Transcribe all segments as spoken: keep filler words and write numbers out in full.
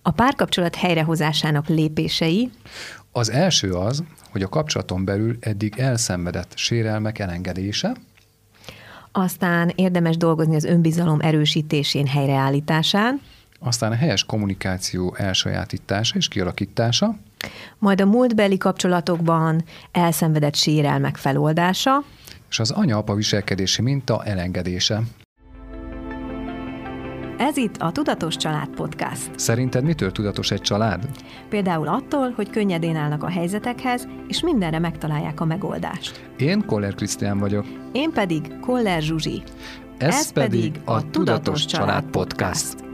A párkapcsolat helyrehozásának lépései. Az első az, hogy a kapcsolaton belül eddig elszenvedett sérelmek elengedése. Aztán érdemes dolgozni az önbizalom erősítésén, helyreállításán. Aztán a helyes kommunikáció elsajátítása és kialakítása. Majd a múltbeli kapcsolatokban elszenvedett sérelmek feloldása. És az anya-apa viselkedési minta elengedése. Ez itt a Tudatos Család Podcast. Szerinted mitől tudatos egy család? Például attól, hogy könnyedén állnak a helyzetekhez, és mindenre megtalálják a megoldást. Én Koller Krisztián vagyok. Én pedig Koller Zsuzsi. Ez, Ez pedig a Tudatos, Tudatos Család Podcast. Podcast.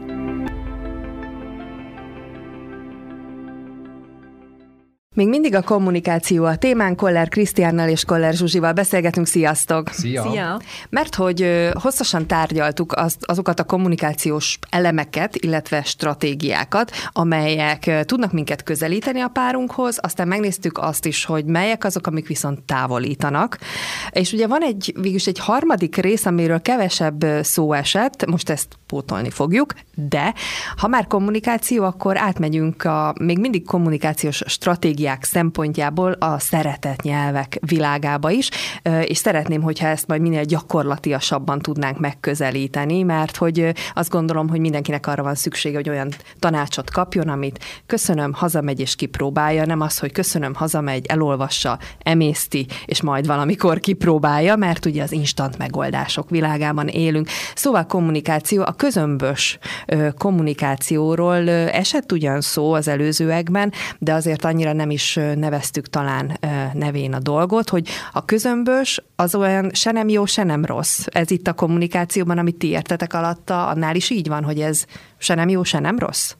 Még mindig a kommunikáció a témán, Koller Krisztiánnal és Koller Zsuzsival beszélgetünk. Sziasztok! Szia! Szia. Mert hogy hosszasan tárgyaltuk az, azokat a kommunikációs elemeket, illetve stratégiákat, amelyek tudnak minket közelíteni a párunkhoz, aztán megnéztük azt is, hogy melyek azok, amik viszont távolítanak. És ugye van egy, végülis egy harmadik rész, amiről kevesebb szó esett, most ezt pótolni fogjuk, de ha már kommunikáció, akkor átmegyünk a még mindig kommunikációs stratégiák szempontjából a szeretett nyelvek világába is, és szeretném, hogyha ezt majd minél gyakorlatiasabban tudnánk megközelíteni, mert hogy azt gondolom, hogy mindenkinek arra van szüksége, hogy olyan tanácsot kapjon, amit köszönöm, hazamegy és kipróbálja, nem az, hogy köszönöm, hazamegy, elolvassa, emészti, és majd valamikor kipróbálja, mert ugye az instant megoldások világában élünk. Szóval kommunikáció, a közömbös kommunikációról esett ugyan szó az előzőekben, de azért annyira nem is neveztük talán nevén a dolgot, hogy a közömbös az olyan se nem jó, se nem rossz. Ez itt a kommunikációban, amit ti értetek alatta, annál is így van, hogy ez se nem jó, se nem rossz?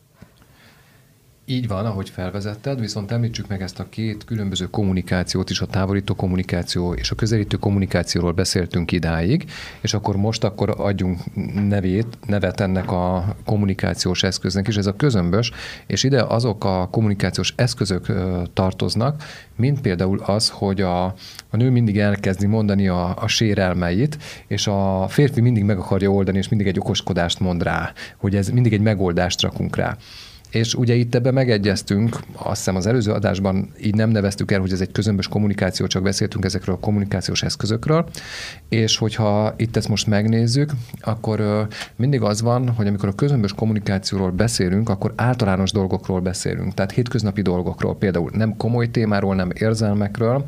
Így van, ahogy felvezetted, viszont említsük meg ezt a két különböző kommunikációt is, a távolító kommunikáció és a közelítő kommunikációról beszéltünk idáig, és akkor most akkor adjunk nevét, nevet ennek a kommunikációs eszköznek is, ez a közömbös, és ide azok a kommunikációs eszközök tartoznak, mint például az, hogy a, a nő mindig elkezdi mondani a, a sérelmeit, és a férfi mindig meg akarja oldani, és mindig egy okoskodást mond rá, hogy ez mindig egy megoldást rakunk rá. És ugye itt ebben megegyeztünk, azt hiszem az előző adásban így nem neveztük el, hogy ez egy közömbös kommunikáció, csak beszéltünk ezekről a kommunikációs eszközökről, és hogyha itt ezt most megnézzük, akkor mindig az van, hogy amikor a közömbös kommunikációról beszélünk, akkor általános dolgokról beszélünk, tehát hétköznapi dolgokról, például nem komoly témáról, nem érzelmekről,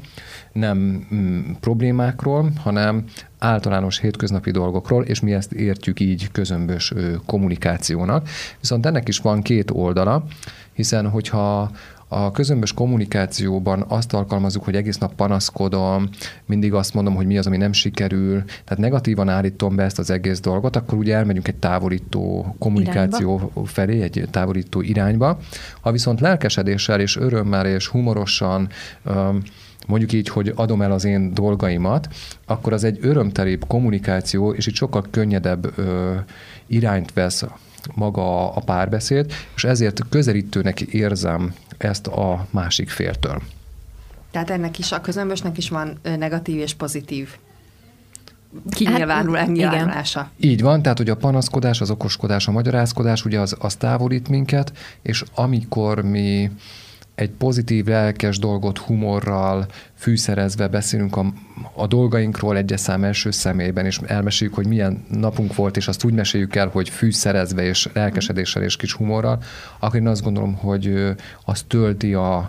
nem mm, problémákról, hanem általános hétköznapi dolgokról, és mi ezt értjük így közömbös ö, kommunikációnak. Viszont ennek is van két oldala, hiszen hogyha a közömbös kommunikációban azt alkalmazzuk, hogy egész nap panaszkodom, mindig azt mondom, hogy mi az, ami nem sikerül, tehát negatívan állítom be ezt az egész dolgot, akkor ugye elmegyünk egy távolító kommunikáció irányba. felé, egy távolító irányba. Ha viszont lelkesedéssel és örömmel és humorosan öm, mondjuk így, hogy adom el az én dolgaimat, akkor az egy örömtelibb kommunikáció, és itt sokkal könnyedebb ö, irányt vesz maga a párbeszéd, és ezért közelítőnek érzem ezt a másik féltől. Tehát ennek is, a közömbösnek is van negatív és pozitív kinyilvánul, hát, nyilvánulása. Így van, tehát hogy a panaszkodás, az okoskodás, a magyarázkodás, ugye az, az távolít minket, és amikor mi egy pozitív, lelkes dolgot humorral fűszerezve beszélünk a, a dolgainkról egyes szám első személyben, és elmeséljük, hogy milyen napunk volt, és azt úgy meséljük el, hogy fűszerezve és lelkesedéssel és kis humorral, akkor én azt gondolom, hogy az tölti a,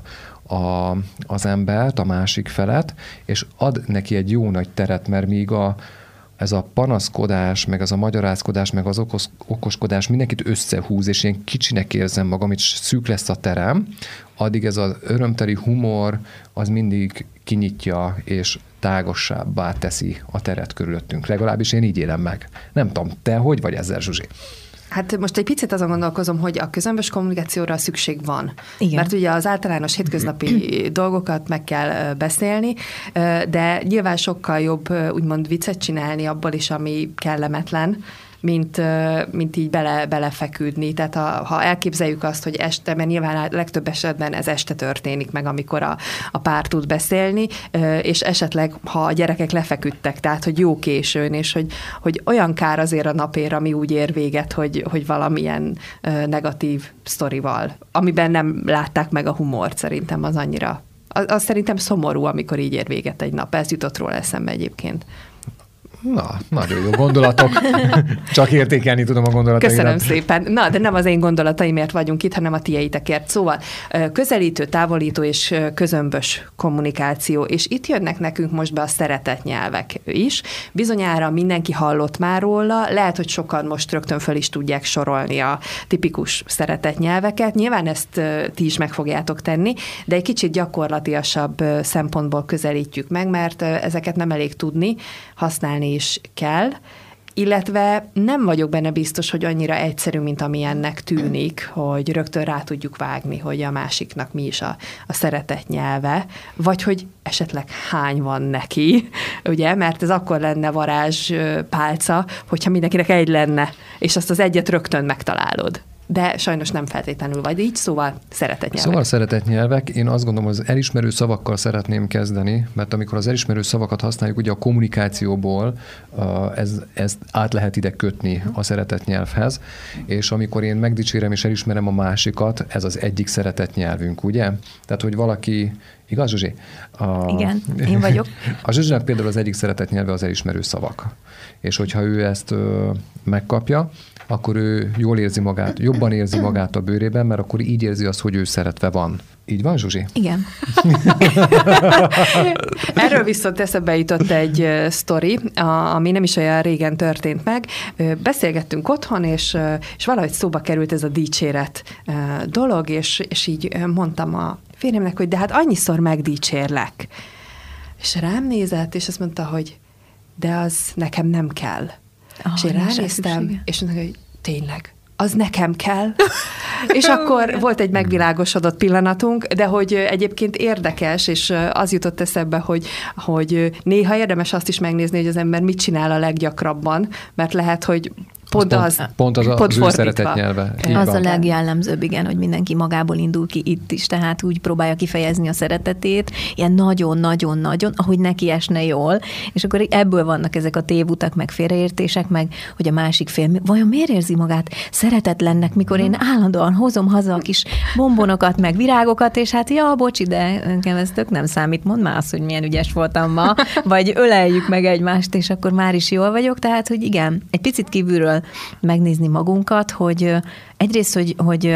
a, az embert, a másik felet, és ad neki egy jó nagy teret, mert míg a ez a panaszkodás, meg az a magyarázkodás, meg az okos, okoskodás mindenkit összehúz, és ilyen kicsinek érzem magam, és szűk lesz a terem, addig ez az örömteli humor, az mindig kinyitja, és tágassabbá teszi a teret körülöttünk. Legalábbis én így élem meg. Nem tudom, te hogy vagy ezzel, Zsuzsi? Hát most egy picit azon gondolkozom, hogy a közömbös kommunikációra szükség van. Igen. Mert ugye az általános hétköznapi dolgokat meg kell beszélni, de nyilván sokkal jobb úgymond viccet csinálni abból is, ami kellemetlen, mint, mint így bele, belefeküdni. Tehát ha, ha elképzeljük azt, hogy este, mert nyilván a legtöbb esetben ez este történik meg, amikor a, a pár tud beszélni, és esetleg, ha a gyerekek lefeküdtek, tehát, hogy jó későn, és hogy, hogy olyan kár azért a napér, ami úgy ér véget, hogy, hogy valamilyen negatív sztorival, amiben nem látták meg a humort, szerintem az annyira, az, az szerintem szomorú, amikor így ér véget egy nap. Ez jutott róla eszembe egyébként. Na, nagyon jó gondolatok. Csak értékelni tudom a gondolataidat. Köszönöm szépen. Na, de nem az én gondolataimért vagyunk itt, hanem a tieitekért. Szóval közelítő, távolító és közömbös kommunikáció, és itt jönnek nekünk most be a szeretetnyelvek is. Bizonyára mindenki hallott már róla, lehet, hogy sokan most rögtön föl is tudják sorolni a tipikus szeretetnyelveket. Nyilván ezt ti is meg fogjátok tenni, de egy kicsit gyakorlatiasabb szempontból közelítjük meg, mert ezeket nem elég tudni, használni is kell, illetve nem vagyok benne biztos, hogy annyira egyszerű, mint amilyennek tűnik, hogy rögtön rá tudjuk vágni, hogy a másiknak mi is a, a szeretet nyelve, vagy hogy esetleg hány van neki, ugye, mert ez akkor lenne varázspálca, hogyha mindenkinek egy lenne, és azt az egyet rögtön megtalálod. De sajnos nem feltétlenül vagy így, szóval szeretetnyelvek. Szóval szeretetnyelvek, én azt gondolom, hogy az elismerő szavakkal szeretném kezdeni, mert amikor az elismerő szavakat használjuk, ugye a kommunikációból ez, ezt át lehet ide kötni a szeretetnyelvhez, és amikor én megdicsérem és elismerem a másikat, ez az egyik szeretetnyelvünk, ugye? Tehát, hogy valaki, igaz, Zsuzsi? A, Igen, én vagyok. A Zsuzsinak például az egyik szeretetnyelve az elismerő szavak. És hogyha ő ezt ö, megkapja, akkor ő jól érzi magát, jobban érzi magát a bőrében, mert akkor így érzi azt, hogy ő szeretve van. Így van, Zsuzsi? Igen. Erről viszont eszembe jutott egy sztori, ami nem is olyan régen történt meg. Beszélgettünk otthon, és, és valahogy szóba került ez a dicséret dolog, és, és így mondtam a férjemnek, hogy de hát annyiszor megdicsérlek. És rám nézett, és azt mondta, hogy de az nekem nem kell. Oh, és én ránéztem, és mondtam, hogy tényleg, az nekem kell. És akkor volt egy megvilágosodott pillanatunk, de hogy egyébként érdekes, és az jutott eszembe, hogy, hogy néha érdemes azt is megnézni, hogy az ember mit csinál a leggyakrabban, mert lehet, hogy pont az, pont, pont az, pont az ő szeretetnyelve. Az a legjellemzőbb, igen, hogy mindenki magából indul ki itt is, tehát úgy próbálja kifejezni a szeretetét, ilyen nagyon-nagyon-nagyon, ahogy neki esne jól, és akkor ebből vannak ezek a tévutak, meg félreértések, meg hogy a másik fél, vajon miért érzi magát szeretetlennek, mikor én állandóan hozom haza a kis bombonokat, meg virágokat, és hát ja, bocsi, de nekem ez tök nem számít, mondd már azt, hogy milyen ügyes voltam ma, vagy öleljük meg egymást, és akkor már is jól vagyok, tehát, hogy igen, egy picit kívülről megnézni magunkat, hogy egyrészt, hogy, hogy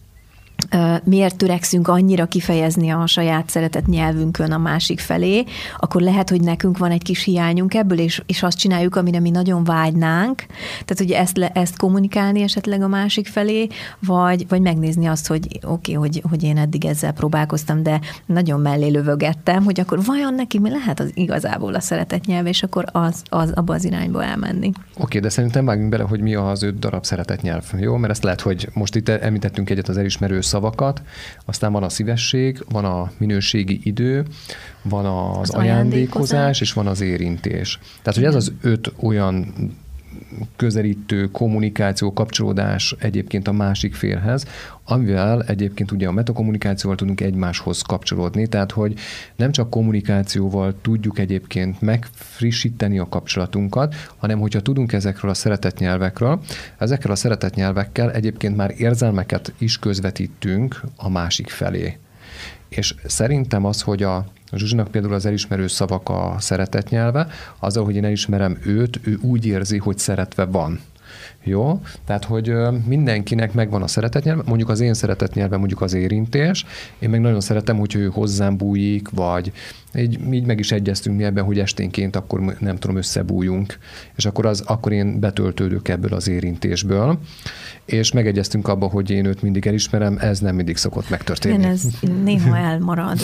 miért törekszünk annyira kifejezni a saját szeretett nyelvünkön a másik felé, akkor lehet, hogy nekünk van egy kis hiányunk ebből, és, és azt csináljuk, amire mi nagyon vágynánk. Tehát, hogy ezt, le, ezt kommunikálni esetleg a másik felé, vagy, vagy megnézni azt, hogy oké, okay, hogy, hogy én eddig ezzel próbálkoztam, de nagyon mellé lövögettem, hogy akkor vajon neki mi lehet az igazából a szeretett nyelv, és akkor az, az abba az irányba elmenni. Oké, okay, de szerintem vágjunk bele, hogy mi az öt darab szeretett nyelv, jó? Mert ezt lehet, hogy most itt említettünk egyet az elismerő szavakat, aztán van a szívesség, van a minőségi idő, van az, az ajándékozás, ajándékozás, és van az érintés. Tehát, hogy ez az öt olyan közelítő kommunikáció, kapcsolódás egyébként a másik félhez, amivel egyébként ugye a metakommunikációval tudunk egymáshoz kapcsolódni, tehát hogy nem csak kommunikációval tudjuk egyébként megfrissíteni a kapcsolatunkat, hanem hogyha tudunk ezekről a szeretetnyelvekről, ezekkel a szeretetnyelvekkel egyébként már érzelmeket is közvetítünk a másik felé. És szerintem az, hogy a Zsuzsinak például az elismerő szavak a szeretetnyelve, azzal, hogy én elismerem őt, ő úgy érzi, hogy szeretve van. Jó? Tehát, hogy mindenkinek megvan a szeretetnyelve, mondjuk az én szeretetnyelvem mondjuk az érintés, én meg nagyon szeretem, hogy ő hozzám bújik, vagy így, így meg is egyeztünk mi ebben, hogy esténként akkor nem tudom, összebújjunk, és akkor, az, akkor én betöltődök ebből az érintésből, és megegyeztünk abban, hogy én őt mindig elismerem, ez nem mindig szokott megtörténni. Igen, ez néha elmarad.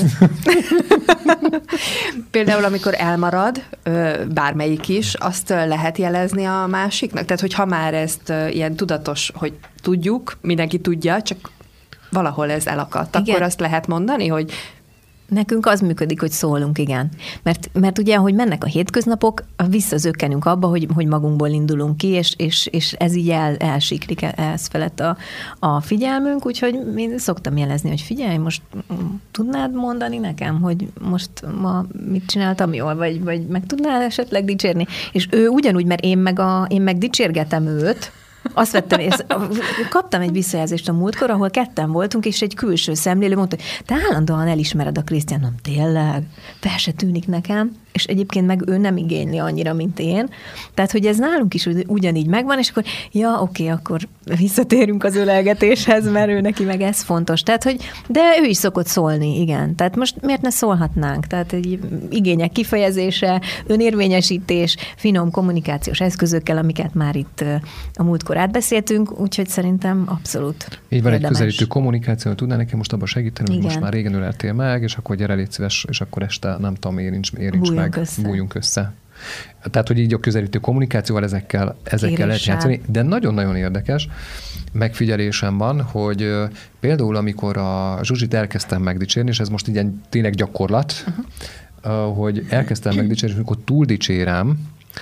Például, amikor elmarad, bármelyik is, azt lehet jelezni a másiknak? Tehát, hogy ha már ezt ilyen tudatos, hogy tudjuk, mindenki tudja, csak valahol ez elakadt, igen. Akkor azt lehet mondani, hogy Nekünk az működik, hogy szólunk, igen. Mert, mert ugye, ahogy mennek a hétköznapok, visszazökkenünk abba, hogy, hogy magunkból indulunk ki, és, és, és ez így el, elsiklik, ez felett a, a figyelmünk, úgyhogy én szoktam jelezni, hogy figyelj, most tudnád mondani nekem, hogy most ma mit csináltam jól, vagy, vagy meg tudnál esetleg dicsérni? És ő ugyanúgy, mert én meg, a, én meg dicsérgetem őt, azt vettem, és kaptam egy visszajelzést a múltkor, ahol ketten voltunk, és egy külső szemlélő mondta, hogy te állandóan elismered a Krisztiánt. Nem, tényleg? Fel se tűnik nekem. És egyébként meg ő nem igényli annyira, mint én. Tehát, hogy ez nálunk is ugyanígy megvan, és akkor, ja, oké, akkor visszatérünk az ölelgetéshez, mert ő neki meg ez fontos. Tehát, hogy, de ő is szokott szólni, igen. Tehát most miért ne szólhatnánk? Tehát egy igények kifejezése, önérvényesítés, finom kommunikációs eszközökkel, amiket már itt a múltkor átbeszéltünk, úgyhogy szerintem abszolút így van, érdemes. egy közelítő kommunikáció, tudnál nekem most abban segíteni, hogy igen. most már régen öleltél meg, és akkor gyere, légy szíves, és akkor este, nem tudom, érints, érints meg, össze. bújjunk össze. Tehát, hogy így a közelítő kommunikációval ezekkel, ezekkel lehet játszani, de nagyon-nagyon érdekes megfigyelésem van, hogy például amikor a Zsuzsit elkezdtem megdicsérni, és ez most ilyen tényleg gyakorlat, uh-huh. hogy elkezdtem megdicsérni, és amikor túl dicsérem,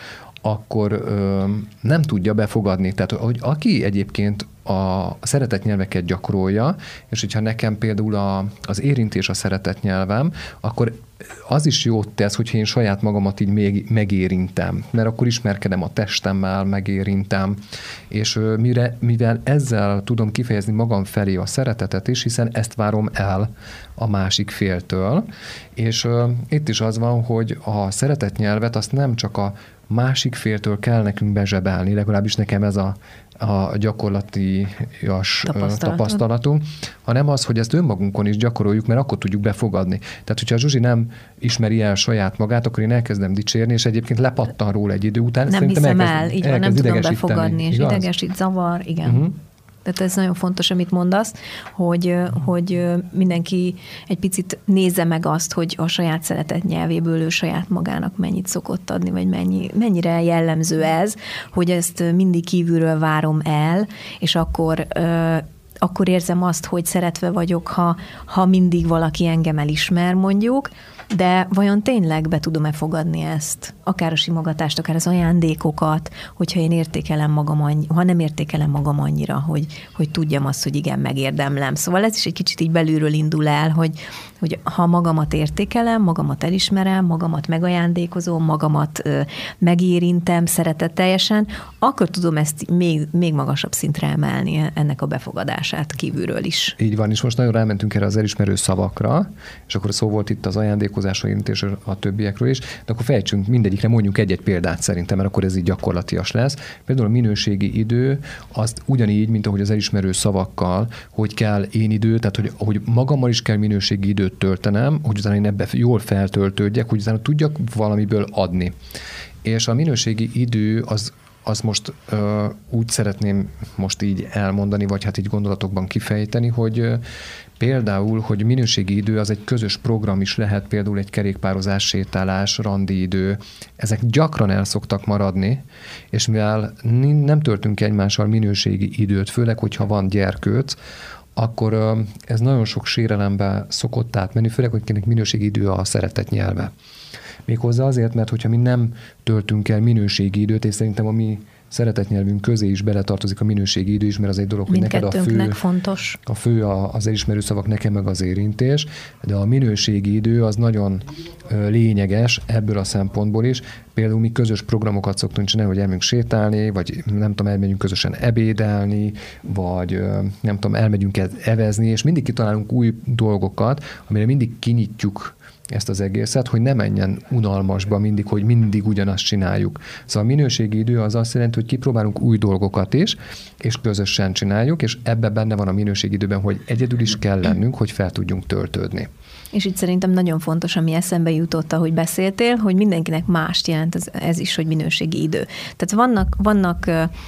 akkor ö, nem tudja befogadni. Tehát, hogy aki egyébként a szeretetnyelveket gyakorolja, és hogyha nekem például a, az érintés a szeretetnyelvem, akkor az is jót tesz, hogyha én saját magamat így még megérintem, mert akkor ismerkedem a testemmel, megérintem, és ö, mire, mivel ezzel tudom kifejezni magam felé a szeretetet is, hiszen ezt várom el a másik féltől, és ö, itt is az van, hogy a szeretetnyelvet azt nem csak a másik féltől kell nekünk bezsebelni, legalábbis nekem ez a, a gyakorlatias tapasztalatunk, hanem az, hogy ezt önmagunkon is gyakoroljuk, mert akkor tudjuk befogadni. Tehát, hogyha a Zsuzsi nem ismeri el saját magát, akkor én elkezdem dicsérni, és egyébként lepattan róla egy idő után. Nem hiszem elkezd, el, így van, nem tudom befogadni, és igaz? idegesít, zavar, igen. Uh-huh. Tehát ez nagyon fontos, amit mondasz, hogy, hogy mindenki egy picit nézze meg azt, hogy a saját szeretet nyelvéből ő saját magának mennyit szokott adni, vagy mennyi, mennyire jellemző ez, hogy ezt mindig kívülről várom el, és akkor akkor érzem azt, hogy szeretve vagyok, ha, ha mindig valaki engem elismer, mondjuk, de vajon tényleg be tudom-e fogadni ezt? Akár a simogatást, akár az ajándékokat, hogyha én értékelem magam annyi, ha nem értékelem magam annyira, hogy, hogy tudjam azt, hogy igen, megérdemlem. Szóval ez is egy kicsit így belülről indul el, hogy, hogy ha magamat értékelem, magamat elismerem, magamat megajándékozom, magamat ö, megérintem szeretetteljesen, akkor tudom ezt még, még magasabb szintre emelni, ennek a befogadását kívülről is. Így van, és most nagyon rámentünk erre az elismerő szavakra, és akkor szó volt itt az ajándékozásra, érintés a többiekről is, de akkor fejtsünk mindegyikre, mondjuk egy-egy példát szerintem, mert akkor ez így gyakorlatias lesz. Például a minőségi idő, azt ugyanígy, mint ahogy az elismerő szavakkal, hogy kell én idő, tehát hogy, hogy magammal is kell minőségi időt töltenem, hogy utána én ebbe jól feltöltődjek, hogy utána tudjak valamiből adni. És a minőségi idő az azt most ö, úgy szeretném most így elmondani, vagy hát így gondolatokban kifejteni, hogy ö, például, hogy minőségi idő az egy közös program is lehet, például egy kerékpározás, sétálás, randi idő. Ezek gyakran el szoktak maradni, és mivel nem töltünk egymással minőségi időt, főleg, hogyha van gyerkőc, akkor ö, ez nagyon sok sérelembe szokott átmenni, főleg, hogy kinek minőségi idő a szeretet nyelve. Méghozzá azért, mert hogyha mi nem töltünk el minőségi időt, és szerintem a mi szeretetnyelvünk közé is beletartozik a minőségi idő is, mert az egy dolog, hogy neked a fő, fontos. a fő az elismerő szavak, nekem meg az érintés, de a minőségi idő az nagyon lényeges ebből a szempontból is. Például mi közös programokat szoktunk csinálni, hogy elmegyünk sétálni, vagy nem tudom, elmegyünk közösen ebédelni, vagy nem tudom, elmegyünk evezni, és mindig kitalálunk új dolgokat, amire mindig kinyitjuk ezt az egészet, hogy ne menjen unalmasba mindig, hogy mindig ugyanazt csináljuk. Szóval a minőségi idő az azt jelenti, hogy kipróbálunk új dolgokat is, és közösen csináljuk, és ebben benne van a minőségi időben, hogy egyedül is kell lennünk, hogy fel tudjunk töltődni. És itt szerintem nagyon fontos, ami eszembe jutott, ahogy beszéltél, hogy mindenkinek mást jelent ez, ez is, hogy minőségi idő. Tehát vannak, vannak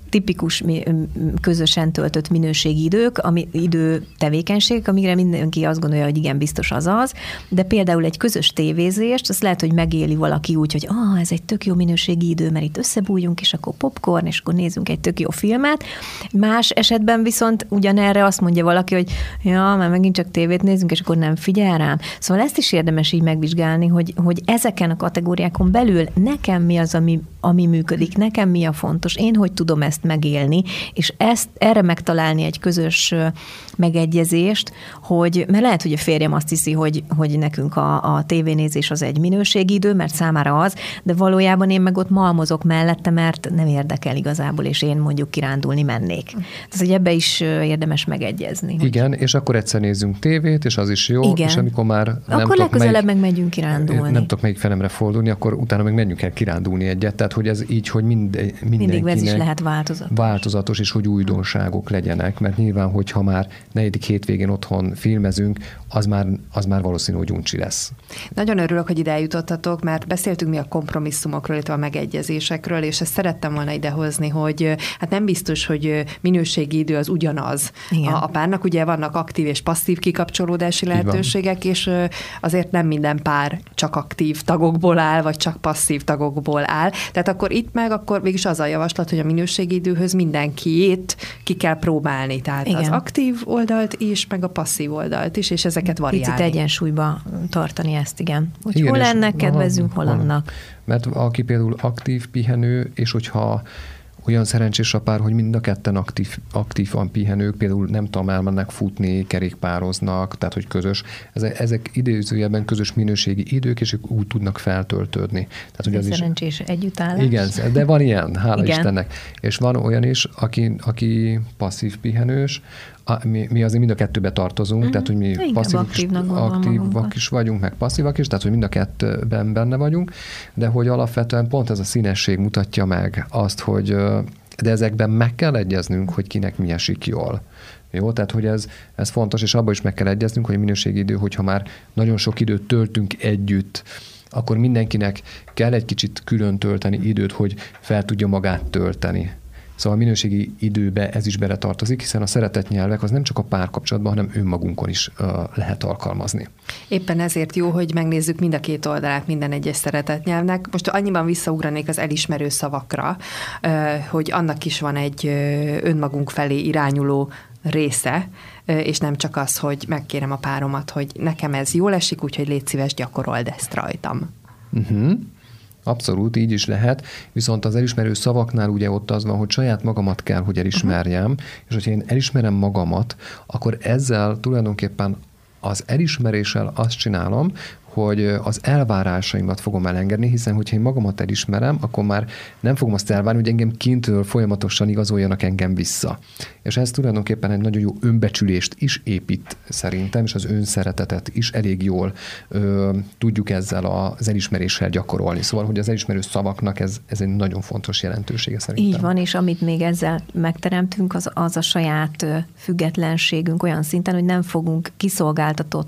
tipikus közösen töltött minőségi idők, ami idő tevékenységek, amire mindenki azt gondolja, hogy igen, biztos az az, de például egy közös tévézést, azt lehet, hogy megéli valaki úgy, hogy ah, ez egy tök jó minőségi idő, mert itt összebújjunk, és akkor popcorn, és akkor nézzünk egy tök jó filmet. Más esetben viszont ugyanerre azt mondja valaki, hogy ja, már megint csak tévét nézzünk, és akkor nem figyel rám. Szóval ezt is érdemes így megvizsgálni, hogy, hogy ezeken a kategóriákon belül nekem mi az, ami, ami működik, nekem mi a fontos, én hogy tudom ezt megélni, és ezt erre megtalálni egy közös megegyezést, hogy, mert lehet, hogy a férjem azt hiszi, hogy, hogy nekünk a, a tévénézés az egy minőségi idő, mert számára az, de valójában én meg ott malmozok mellette, mert nem érdekel igazából, és én mondjuk kirándulni mennék. Tehát, hogy ebbe is érdemes megegyezni. Igen, hogy... és akkor egyszer nézzünk tévét, és az is jó, igen. És amikor már nem akkor legközelebb melyik, meg megyünk kirándulni. Nem tudok melyik felemre fordulni, akkor utána meg menjünk el kirándulni egyet. Tehát, hogy ez így, hogy minden, mindenkinek mindig ez is lehet változatos. Változatos, és hogy újdonságok legyenek, mert nyilván, hogyha már negyedik hétvégén otthon filmezünk, az már, az már valószínű, hogy uncsi lesz. Nagyon örülök, hogy ide eljutottatok, mert beszéltünk mi a kompromisszumokról, illetve a megegyezésekről, és ezt szerettem volna idehozni, hogy hát nem biztos, hogy minőségi idő az ugyanaz a, a párnak. Ugye vannak aktív és passzív kikapcsolódási lehetőségek, és azért nem minden pár csak aktív tagokból áll, vagy csak passzív tagokból áll. Tehát akkor itt meg, akkor végülis az a javaslat, hogy a minőségi időhöz mindenkiét ki kell próbálni. Tehát igen. Az aktív oldalt is, meg a passzív oldalt is, és ezeket variálni. Picit egyensúlyba tartani ezt, igen. Hogy igen, hol ennek kedvezünk, hol annak. Mert aki például aktív pihenő, és hogyha olyan szerencsés a pár, hogy mind a ketten aktív, aktívan pihenők, például nem tudom, elmennek futni, kerékpároznak, tehát hogy közös. Ezek idézőjelben közös minőségi idők, és ők úgy tudnak feltöltődni. Tehát, hogy az szerencsés is... együttállás. Igen, de van ilyen, hála igen. Istennek. És van olyan is, aki, aki passzív pihenős, A, mi, mi azért mind a kettőbe tartozunk, mm-hmm. tehát hogy mi passzívak aktívak is vagyunk, meg passzívak is, tehát hogy mind a kettőben benne vagyunk, de hogy alapvetően pont ez a színesség mutatja meg azt, hogy de ezekben meg kell egyeznünk, hogy kinek mi esik jól. Jó, tehát hogy ez, ez fontos, és abban is meg kell egyeznünk, hogy a minőségi idő, hogyha már nagyon sok időt töltünk együtt, akkor mindenkinek kell egy kicsit külön tölteni időt, hogy fel tudja magát tölteni. Szóval a minőségi időbe ez is beletartozik, hiszen a szeretetnyelvek az nem csak a párkapcsolatban, hanem önmagunkon is uh, lehet alkalmazni. Éppen ezért jó, hogy megnézzük mind a két oldalát minden egyes szeretetnyelvnek. Most annyiban visszaugranék az elismerő szavakra, uh, hogy annak is van egy uh, önmagunk felé irányuló része, uh, és nem csak az, hogy megkérem a páromat, hogy nekem ez jól esik, úgyhogy légy szíves, gyakorold ezt rajtam. Uh-huh. Abszolút, így is lehet, viszont az elismerő szavaknál ugye ott az van, hogy saját magamat kell, hogy elismerjem, uh-huh. és hogyha én elismerem magamat, akkor ezzel tulajdonképpen az elismeréssel azt csinálom, hogy az elvárásaimat fogom elengedni, hiszen hogyha én magamat elismerem, akkor már nem fogom azt elvárni, hogy engem kintről folyamatosan igazoljanak engem vissza. És ez tulajdonképpen egy nagyon jó önbecsülést is épít szerintem, és az önszeretetet is elég jól ö, tudjuk ezzel az elismeréssel gyakorolni. Szóval, hogy az elismerő szavaknak ez, ez egy nagyon fontos jelentősége szerintem. Így van, és amit még ezzel megteremtünk, az, az a saját függetlenségünk olyan szinten, hogy nem fogunk kiszolgáltatott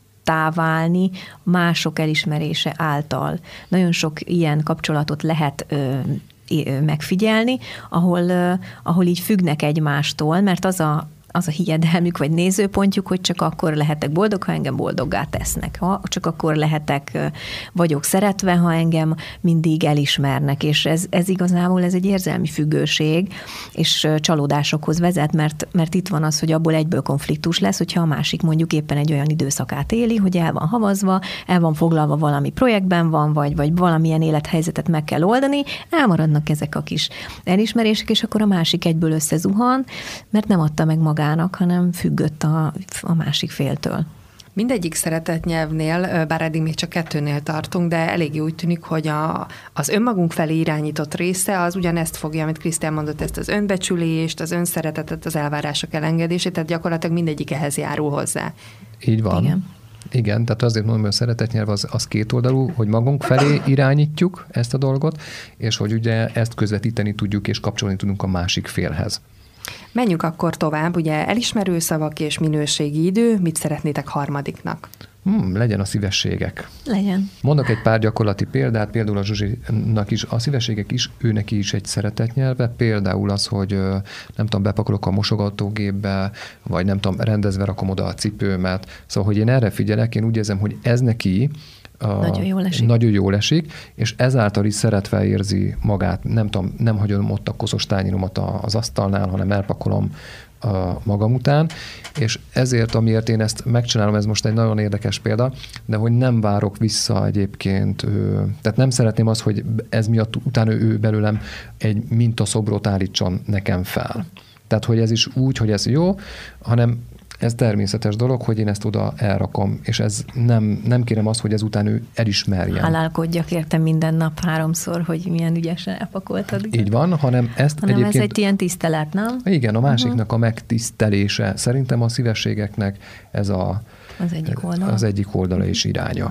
válni mások elismerése által. Nagyon sok ilyen kapcsolatot lehet ö, ö, megfigyelni, ahol, ö, ahol így függnek egymástól, mert az a az a hiedelmük, vagy nézőpontjuk, hogy csak akkor lehetek boldog, ha engem boldoggá tesznek. Ha csak akkor lehetek, vagyok szeretve, ha engem mindig elismernek. És ez, ez igazából ez egy érzelmi függőség, és csalódásokhoz vezet, mert, mert itt van az, hogy abból egyből konfliktus lesz, hogyha a másik mondjuk éppen egy olyan időszakát éli, hogy el van havazva, el van foglalva valami projektben van, vagy, vagy valamilyen élethelyzetet meg kell oldani, elmaradnak ezek a kis elismerések, és akkor a másik egyből összezuhan, mert nem adta meg magát, hanem függött a, a másik féltől. Mindegyik szeretetnyelvnél, bár eddig még csak kettőnél tartunk, de elég úgy tűnik, hogy a, az önmagunk felé irányított része az ugyanezt fogja, amit Krisztián mondott, ezt az önbecsülést, az önszeretetet, az elvárások elengedését, tehát gyakorlatilag mindegyik ehhez járul hozzá. Így van. Igen. Igen, tehát azért mondom, hogy a szeretetnyelv az, az kétoldalú, hogy magunk felé irányítjuk ezt a dolgot, és hogy ugye ezt közvetíteni tudjuk, és kapcsolni tudunk a másik félhez. Menjünk akkor tovább, ugye elismerő szavak és minőségi idő, mit szeretnétek harmadiknak? Hmm, legyen a szívességek. Legyen. Mondok egy pár gyakorlati példát, például a Zsuzsinak is, a szívességek is, ő neki is egy szeretetnyelve, például az, hogy nem tudom, bepakolok a mosogatógépbe, vagy nem tudom, rendezve rakom oda a cipőmet. Szóval, hogy én erre figyelek, én úgy érzem, hogy ez neki Nagyon jól esik. Nagyon jól esik, és ezáltal is szeretve érzi magát. Nem tudom, nem hagyom ott a koszos tányéromat az asztalnál, hanem elpakolom a magam után, és ezért, amiért én ezt megcsinálom, ez most egy nagyon érdekes példa, de hogy nem várok vissza egyébként, tehát nem szeretném azt, hogy ez miatt utána ő belőlem egy mintaszobrot állítson nekem fel. Tehát, hogy ez is úgy, hogy ez jó, hanem ez természetes dolog, hogy én ezt oda elrakom, és ez nem, nem kérem azt, hogy ezután ő elismerjen. Hálálkodjak érte minden nap háromszor, hogy milyen ügyesen elpakoltad. Így van, hanem ezt hanem egyébként... ez egy ilyen tisztelet, nem? Igen, a másiknak uh-huh. a megtisztelése. Szerintem a szívességeknek ez a, az egyik oldala, az egyik oldala és iránya.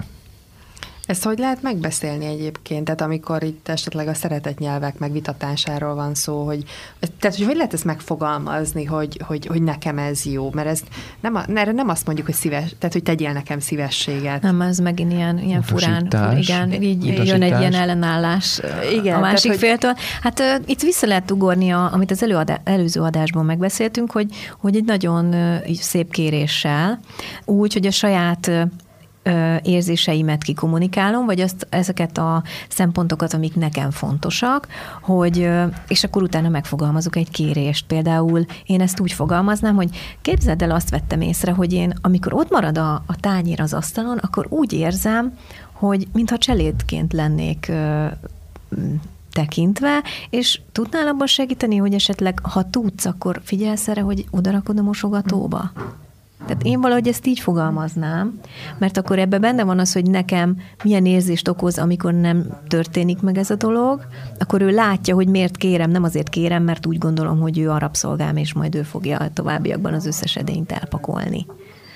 Ezt hogy lehet megbeszélni egyébként? Tehát amikor itt esetleg a szeretetnyelvek megvitatásáról van szó, hogy, tehát hogy, hogy lehet ezt megfogalmazni, hogy, hogy, hogy nekem ez jó? Mert ez nem, erre nem azt mondjuk, hogy szíves, tehát hogy tegyél nekem szívességet. Nem, ez megint ilyen, ilyen furán, fur, igen, így utasítás. Jön egy ilyen ellenállás igen, a másik tehát, féltől. Hogy... Hát uh, itt vissza lehet ugorni, a, amit az előadá, előző adásban megbeszéltünk, hogy, hogy egy nagyon uh, szép kéréssel, úgy, hogy a saját uh, érzéseimet kikommunikálom, vagy azt, ezeket a szempontokat, amik nekem fontosak, hogy, és akkor utána megfogalmazok egy kérést. Például én ezt úgy fogalmaznám, hogy képzeld el, azt vettem észre, hogy én, amikor ott marad a, a tányér az asztalon, akkor úgy érzem, hogy mintha cselédként lennék ö, tekintve, és tudnál abban segíteni, hogy esetleg, ha tudsz, akkor figyelsz erre, hogy odarakod a mosogatóba? Tehát én valahogy ezt így fogalmaznám, mert akkor ebben benne van az, hogy nekem milyen érzést okoz, amikor nem történik meg ez a dolog, akkor ő látja, hogy miért kérem, nem azért kérem, mert úgy gondolom, hogy ő a rabszolgám, és majd ő fogja a továbbiakban az összes edényt elpakolni.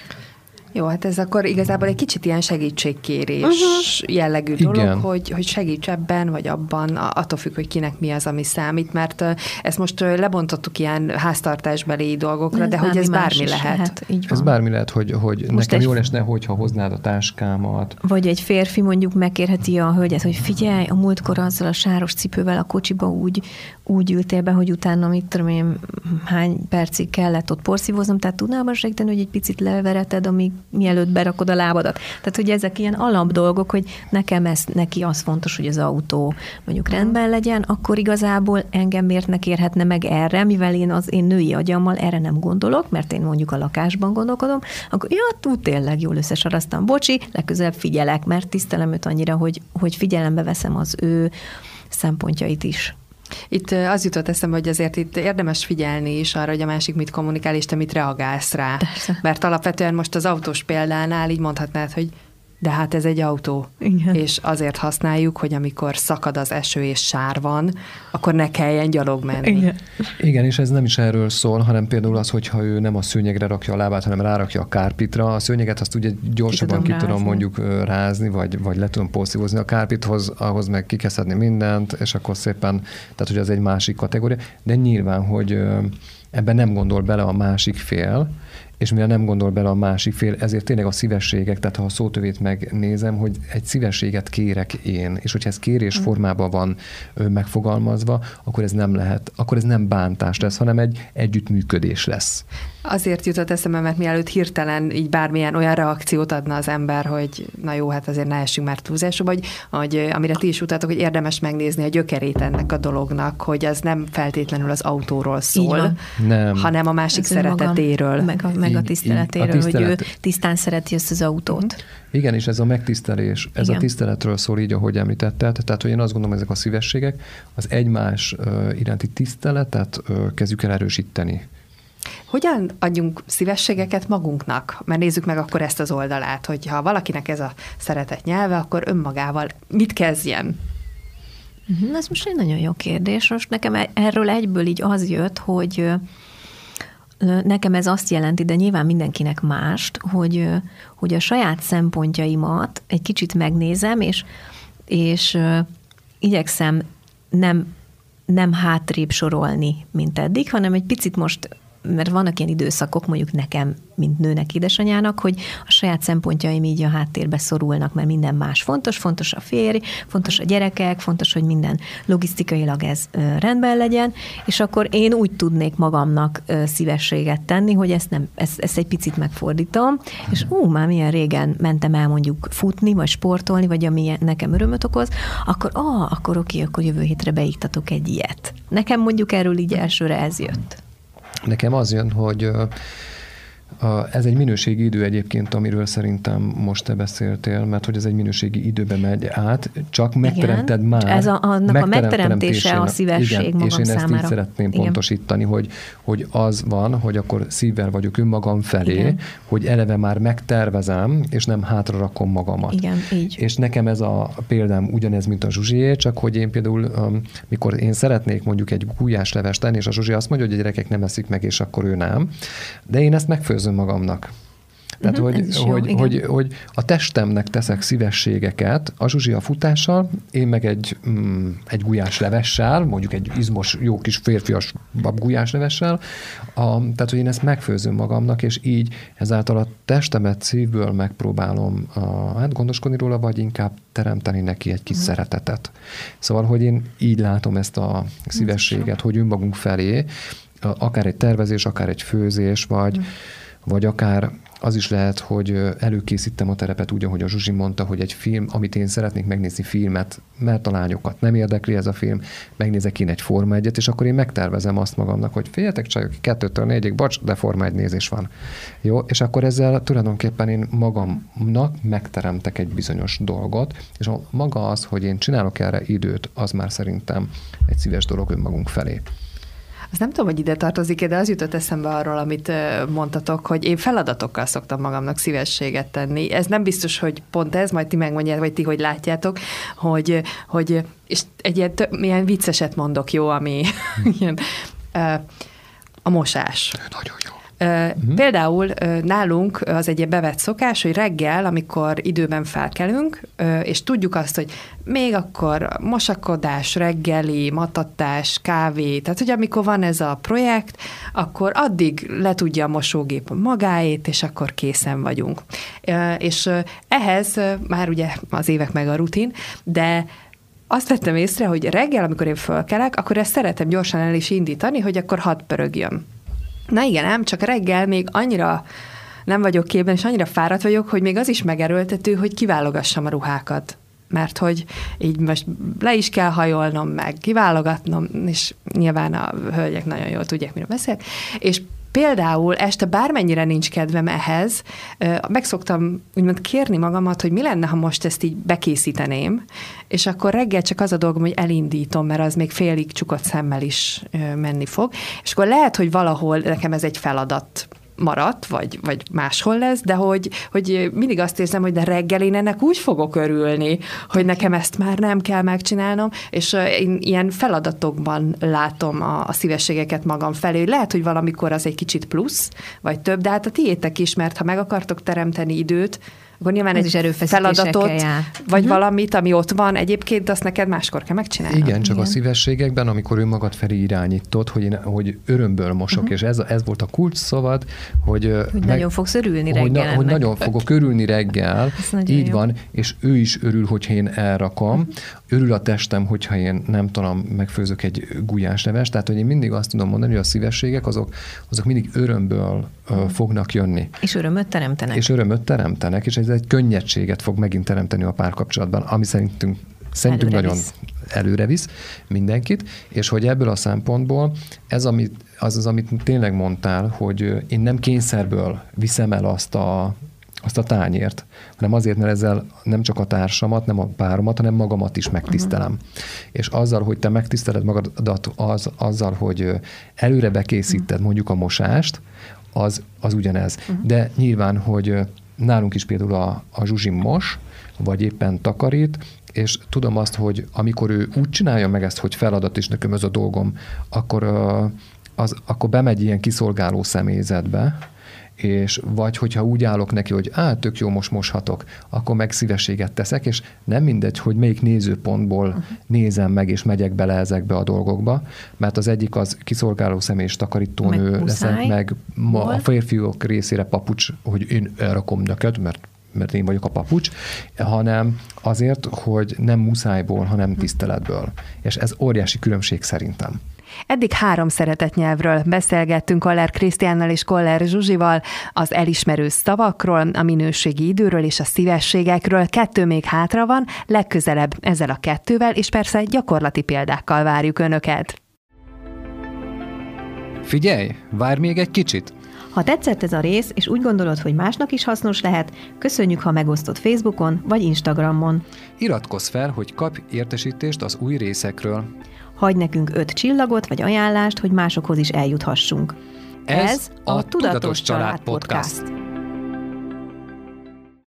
Jó, hát ez akkor igazából egy kicsit ilyen segítségkérés uh-huh. jellegű dolog, hogy, hogy segíts ebben, vagy abban, attól függ, hogy kinek mi az, ami számít, mert ezt most lebontottuk ilyen háztartásbeli dolgokra, ez de hogy ez bármi lehet. lehet. Így van. Ez bármi lehet, hogy, hogy nekem jól esne, hogyha hoznád a táskámat. Vagy egy férfi mondjuk megkérheti a hölgyet, hogy figyelj, a múltkor azzal a sáros cipővel a kocsiba úgy, úgy ültél be, hogy utána mit tudom én, hány percig kellett ott porszívóznom, tehát tudnál abban segíteni, hogy egy picit levereted, amíg mielőtt berakod a lábadat. Tehát, hogy ezek ilyen alap dolgok, hogy nekem ez, neki az fontos, hogy az autó mondjuk rendben legyen, akkor igazából engem miért ne kérhetne meg erre, mivel én az én női agyammal erre nem gondolok, mert én mondjuk a lakásban gondolkodom, akkor ja, tud tényleg jól összesarasztam, bocsi, legközelebb figyelek, mert tisztelem őt annyira, hogy, hogy figyelembe veszem az ő szempontjait is. Itt az jutott eszembe, hogy azért itt érdemes figyelni is arra, hogy a másik mit kommunikál, és te mit reagálsz rá. Persze. Mert alapvetően most az autós példánál így mondhatnád, hogy de hát ez egy autó, igen. És azért használjuk, hogy amikor szakad az eső és sár van, akkor ne kelljen gyalog menni. Igen. Igen, és ez nem is erről szól, hanem például az, hogyha ő nem a szőnyegre rakja a lábát, hanem rárakja a kárpitra. A szőnyeget azt ugye gyorsabban ki tudom, ki tudom mondjuk rázni, vagy, vagy le tudom porszívózni. A kárpithoz, ahhoz meg ki kell szedni mindent, és akkor szépen, tehát hogy ez egy másik kategória. De nyilván, hogy ebben nem gondol bele a másik fél, és mivel nem gondol bele a másik fél, ezért tényleg a szívességek, tehát ha a szótövét megnézem, hogy egy szívességet kérek én, és hogyha ez kérés formában van megfogalmazva, akkor ez nem lehet, akkor ez nem bántás lesz, hanem egy együttműködés lesz. Azért jutott eszembe, mert mielőtt hirtelen így bármilyen olyan reakciót adna az ember, hogy na jó, hát azért ne essünk már túlzásba, vagy hogy amire ti is utaltok, hogy érdemes megnézni a gyökerét ennek a dolognak, hogy az nem feltétlenül az autóról szól, nem. hanem a másik ez szeretetéről. Meg a, meg a tiszteletéről, a tisztelet... hogy ő tisztán szereti ezt az autót. Igen, és ez a megtisztelés, ez Igen. a tiszteletről szól így, ahogy említetted, tehát hogy én azt gondolom, ezek a szívességek az egymás iránti tiszteletet kezdjük el erősíteni. Hogyan adjunk szívességeket magunknak? Mert nézzük meg akkor ezt az oldalát, hogy ha valakinek ez a szeretet nyelve, akkor önmagával mit kezdjen? Ez most egy nagyon jó kérdés. Most nekem erről egyből így az jött, hogy nekem ez azt jelenti, de nyilván mindenkinek mást, hogy, hogy a saját szempontjaimat egy kicsit megnézem, és, és igyekszem nem, nem hátrébb sorolni, mint eddig, hanem egy picit most mert vannak ilyen időszakok, mondjuk nekem, mint nőnek, édesanyának, hogy a saját szempontjaim így a háttérbe szorulnak, mert minden más fontos, fontos a férj, fontos a gyerekek, fontos, hogy minden logisztikailag ez rendben legyen, és akkor én úgy tudnék magamnak szívességet tenni, hogy ezt, nem, ezt, ezt egy picit megfordítom, és ú, már milyen régen mentem el mondjuk futni, vagy sportolni, vagy ami nekem örömöt okoz, akkor, ah, akkor oké, akkor jövő hétre beiktatok egy ilyet. Nekem mondjuk erről így elsőre ez jött. Nekem az jön, hogy ez egy minőségi idő egyébként, amiről szerintem most te beszéltél, mert hogy ez egy minőségi időbe megy át, csak megteremted már. Ez a, annak a megteremtése a szívesség igen, magam és én ezt számára. így szeretném igen. pontosítani, hogy, hogy az van, hogy akkor szívvel vagyok önmagam felé, igen. hogy eleve már megtervezem, és nem hátra rakom magamat. Igen, így. És nekem ez a példám ugyanez, mint a Zsuzsié, csak hogy én például, mikor én szeretnék mondjuk egy gulyáslevest tenni, és a Zsuzsi azt mondja, hogy a gyerekek nem eszik meg, és akkor ő nem, de én ezt megfőzöm magamnak. Tehát, uh-huh, hogy, hogy, hogy, hogy a testemnek teszek szívességeket, a Zsuzsi a futással, én meg egy, mm, egy gulyáslevessel, mondjuk egy izmos, jó kis férfias bab gulyáslevessel, a, tehát, hogy én ezt megfőzöm magamnak, és így ezáltal a testemet szívből megpróbálom a, hát gondoskodni róla, vagy inkább teremteni neki egy kis uh-huh. szeretetet. Szóval, hogy én így látom ezt a szívességet, hogy önmagunk felé, akár egy tervezés, akár egy főzés, vagy uh-huh. vagy akár az is lehet, hogy előkészítem a terepet úgy, ahogy a Zsuzsi mondta, hogy egy film, amit én szeretnék megnézni filmet, mert a lányokat nem érdekli ez a film, megnézek én egy Forma egyet, és akkor én megtervezem azt magamnak, hogy figyeljetek csak, kettőtől négyig, bocs, de Forma egy nézés van. Jó, és akkor ezzel tulajdonképpen én magamnak megteremtek egy bizonyos dolgot, és a maga az, hogy én csinálok erre időt, az már szerintem egy szíves dolog önmagunk felé. Azt nem tudom, hogy ide tartozik, de az jutott eszembe arról, amit mondtatok, hogy én feladatokkal szoktam magamnak szívességet tenni. Ez nem biztos, hogy pont ez, majd ti megmondjátok, vagy ti hogy látjátok, hogy, hogy és egy ilyen, ilyen vicceset mondok, jó, ami ilyen, a mosás. Nagyon jó. Uh-huh. Például nálunk az egy bevett szokás, hogy reggel, amikor időben felkelünk, és tudjuk azt, hogy még akkor mosakodás, reggeli, matatás, kávé, tehát hogy amikor van ez a projekt, akkor addig le tudja a mosógép magáét, és akkor készen vagyunk. És ehhez már ugye az évek meg a rutin, de azt vettem észre, hogy reggel, amikor én fölkelek, akkor ezt szeretem gyorsan el is indítani, hogy akkor hadd pörögjön. Na igen, ám csak reggel még annyira nem vagyok képben, és annyira fáradt vagyok, hogy még az is megerőltető, hogy kiválogassam a ruhákat. Mert hogy így most le is kell hajolnom, meg kiválogatnom, és nyilván a hölgyek nagyon jól tudják, miről beszélek. És például este bármennyire nincs kedvem ehhez, meg szoktam úgymond kérni magamat, hogy mi lenne, ha most ezt így bekészíteném, és akkor reggel csak az a dolgom, hogy elindítom, mert az még félig csukott szemmel is menni fog. És akkor lehet, hogy valahol nekem ez egy feladat maradt, vagy, vagy máshol lesz, de hogy, hogy mindig azt érzem, hogy de reggel én ennek úgy fogok örülni, hogy nekem ezt már nem kell megcsinálnom, és én ilyen feladatokban látom a, a szívességeket magam felé. Lehet, hogy valamikor az egy kicsit plusz, vagy több, de hát a tiétek is, mert ha meg akartok teremteni időt, akkor nyilván ez egy feladatot, vagy uh-huh. valamit, ami ott van egyébként, azt neked máskor kell megcsinálni. Igen, csak Igen. a szívességekben, amikor önmagad felé irányítod, hogy, én, hogy örömből mosok, uh-huh. és ez, ez volt a kulcs szavad, hogy... Hogy meg, nagyon fogsz örülni reggel. Hogy, hogy nagyon fogok örülni reggel, így jó. Van, és ő is örül, hogyha én elrakom, uh-huh. örül a testem, hogyha én nem tudom, megfőzök egy gulyáslevest, tehát hogy én mindig azt tudom mondani, hogy a szívességek azok, azok mindig örömből uh, fognak jönni. És örömöt teremtenek. És örömöt teremtenek, és ez egy könnyedséget fog megint teremteni a párkapcsolatban, ami szerintünk, szerintünk előre nagyon visz. előre visz mindenkit, és hogy ebből a szempontból ez amit, az az, amit tényleg mondtál, hogy én nem kényszerből viszem el azt a, azt a tányért, hanem azért, mert ezzel nem csak a társamat, nem a páromat, hanem magamat is megtisztelem. Uh-huh. És azzal, hogy te megtiszteled magadat az, azzal, hogy előre bekészíted uh-huh. mondjuk a mosást, az, az ugyanez. Uh-huh. De nyilván, hogy nálunk is például a, a Zsuzsi mos, vagy éppen takarít, és tudom azt, hogy amikor ő úgy csinálja meg ezt, hogy feladat is nekem ez a dolgom, akkor, az, akkor bemegy ilyen kiszolgáló személyzetbe, és vagy hogyha úgy állok neki, hogy á, tök jó, most moshatok, akkor meg szívességet teszek, és nem mindegy, hogy melyik nézőpontból uh-huh. nézem meg, és megyek bele ezekbe a dolgokba, mert az egyik az kiszolgáló személy és takarítónő meg leszek, meg ma a férfiak részére papucs, hogy én elrakom neked, mert mert én vagyok a papucs, hanem azért, hogy nem muszájból, hanem tiszteletből. És ez óriási különbség szerintem. Eddig három szeretetnyelvről beszélgettünk Koller Krisztiánnal és Koller Zsuzsival, az elismerő szavakról, a minőségi időről és a szívességekről. Kettő még hátra van, legközelebb ezzel a kettővel, és persze gyakorlati példákkal várjuk Önöket. Figyelj, várj még egy kicsit! Ha tetszett ez a rész, és úgy gondolod, hogy másnak is hasznos lehet, köszönjük, ha megosztod Facebookon vagy Instagramon. Iratkozz fel, hogy kapj értesítést az új részekről. Hagyj nekünk öt csillagot vagy ajánlást, hogy másokhoz is eljuthassunk. Ez, Ez a Tudatos Család Podcast.